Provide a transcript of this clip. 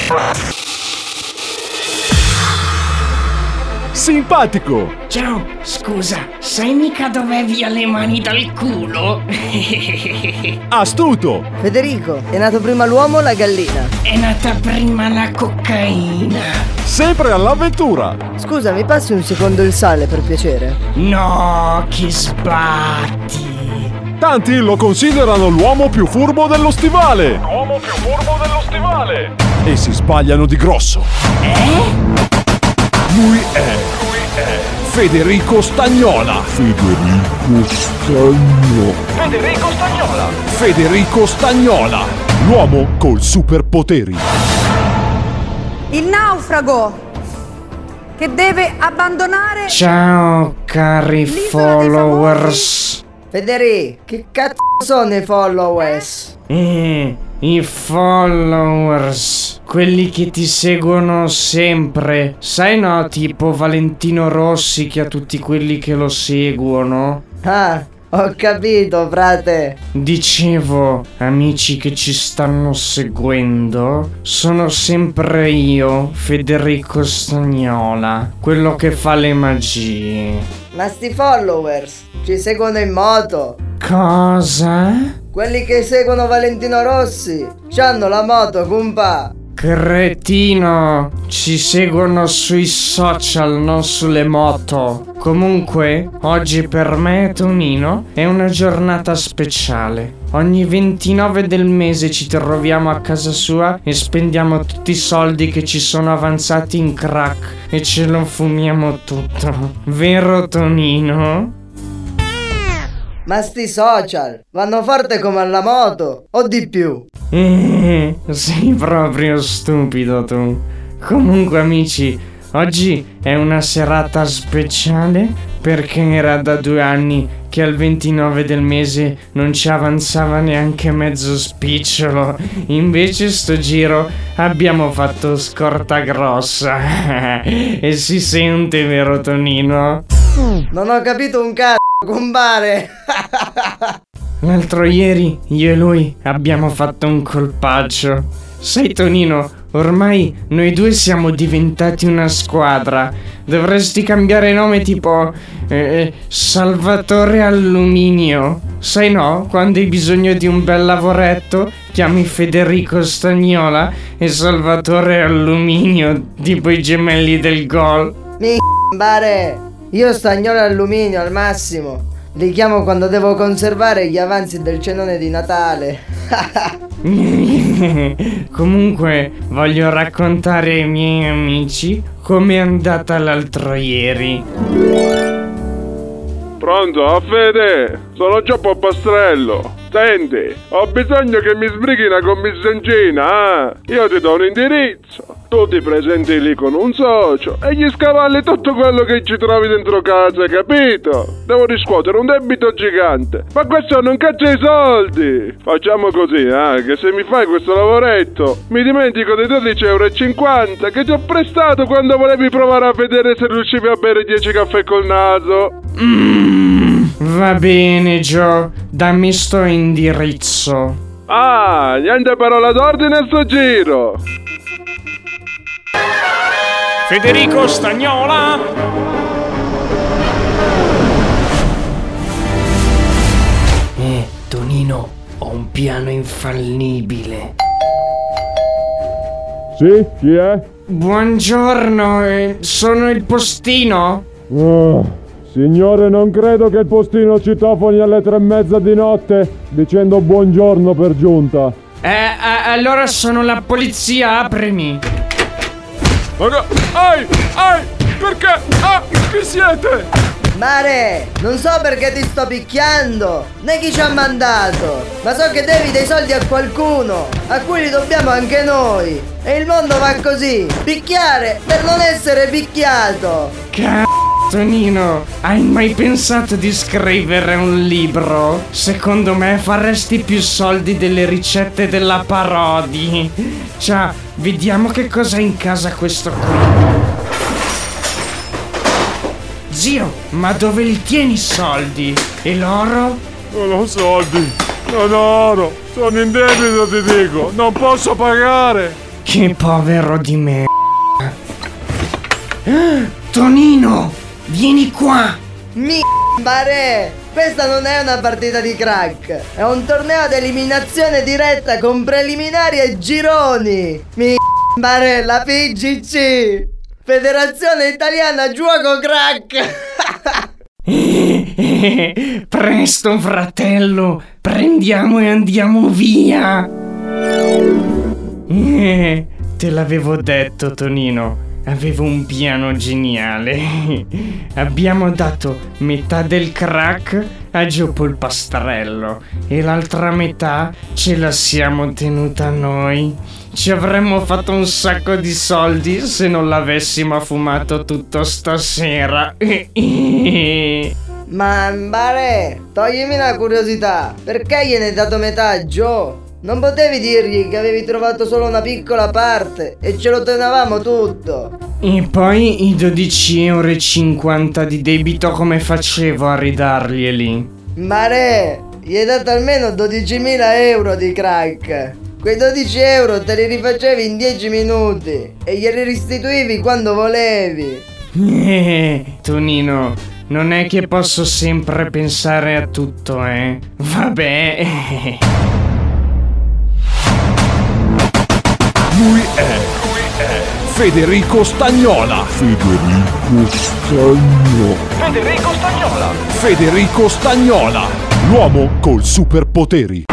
Simpatico! Ciao, scusa, sai mica dov'è via le mani dal culo? Astuto! Federico, è nato prima l'uomo o la gallina? È nata prima la cocaina. Sempre all'avventura! Scusa, mi passi un secondo il sale per piacere? No, che sbatti! Tanti lo considerano l'uomo più furbo dello stivale! L'uomo più furbo dello stivale! E si sbagliano di grosso! Lui è Federico Stagnola! Federico Stagnola! L'uomo col superpoteri! Il naufrago che deve abbandonare. Ciao, cari followers! Federico, che cazzo sono i followers? I followers, quelli che ti seguono sempre. Sai, no, tipo Valentino Rossi che ha tutti quelli che lo seguono. Ah, ho capito, frate. Dicevo, amici che ci stanno seguendo, sono sempre io, Federico Stagnola, quello che fa le magie. Ma sti followers ci seguono in moto. Cosa? Quelli che seguono Valentino Rossi c'hanno la moto, compa. Cretino, ci seguono sui social, non sulle moto. Comunque, oggi per me, Tonino, è una giornata speciale. Ogni 29 del mese ci troviamo a casa sua e spendiamo tutti i soldi che ci sono avanzati in crack e ce lo fumiamo tutto. Vero, Tonino? Ma sti social vanno forte come alla moto, o di più? Sei proprio stupido tu. Comunque, amici, oggi è una serata speciale perché era da 2 anni che al 29 del mese non ci avanzava neanche mezzo spicciolo. Invece sto giro abbiamo fatto scorta grossa. E si sente, vero, Tonino? Non ho capito un cazzo, compare. L'altro ieri io e lui abbiamo fatto un colpaccio. Sai, Tonino, ormai noi due siamo diventati una squadra. Dovresti cambiare nome tipo Salvatore Alluminio. Sai, no? Quando hai bisogno di un bel lavoretto chiami Federico Stagnola e Salvatore Alluminio, tipo i gemelli del gol. Bare, io Stagnola e Alluminio al massimo. Li chiamo quando devo conservare gli avanzi del cenone di Natale. Comunque voglio raccontare ai miei amici com'è andata l'altro ieri. Pronto, Fede? Sono già Pastrello. Senti, ho bisogno che mi sbrighi una commissioncina, Io ti do un indirizzo, tu ti presenti lì con un socio e gli scavalli tutto quello che ci trovi dentro casa, capito? Devo riscuotere un debito gigante, ma questo non caccia i soldi. Facciamo così, che se mi fai questo lavoretto mi dimentico dei 12,50 € che ti ho prestato quando volevi provare a vedere se riuscivi a bere 10 caffè col naso. Va bene, Joe, dammi sto indirizzo. Niente parola d'ordine a sto giro. Federico Stagnola! Tonino, ho un piano infallibile. Sì, chi è? Buongiorno, sono il postino. Signore, non credo che il postino citofoni alle 3:30 di notte dicendo buongiorno per giunta. Allora sono la polizia, aprimi. Perché? Chi siete? Mare, non so perché ti sto picchiando, né chi ci ha mandato, ma so che devi dei soldi a qualcuno, a cui li dobbiamo anche noi. E il mondo va così, picchiare per non essere picchiato. Tonino, hai mai pensato di scrivere un libro? Secondo me faresti più soldi delle ricette della Parodi. Ciao, vediamo che cosa ha in casa questo qui. Zio, ma dove li tieni i soldi? E l'oro? Non ho soldi, non ho oro, sono in debito, ti dico, non posso pagare. Che povero di me. Tonino, vieni qua. Bare, questa non è una partita di crack, è un torneo ad eliminazione diretta con preliminari e gironi. Bare, la FIGC, Federazione Italiana Gioco Crack. Presto, fratello, prendiamo e andiamo via. Te l'avevo detto, Tonino. Avevo un piano geniale. Abbiamo dato metà del crack a Gio Polpastrello e l'altra metà ce la siamo tenuta noi. Ci avremmo fatto un sacco di soldi se non l'avessimo fumato tutto stasera. Ma Bare, toglimi una curiosità, perché gliene hai dato metà a Gio? Non potevi dirgli che avevi trovato solo una piccola parte e ce lo tenevamo tutto. E poi i 12,50 € di debito come facevo a ridarglieli? Bare, gli hai dato almeno 12.000 euro di crack. Quei 12 euro te li rifacevi in 10 minuti e glieli restituivi quando volevi. Tonino, non è che posso sempre pensare a tutto, eh? Vabbè. Lui è Federico Stagnola. Federico Stagnola, l'uomo col superpoteri.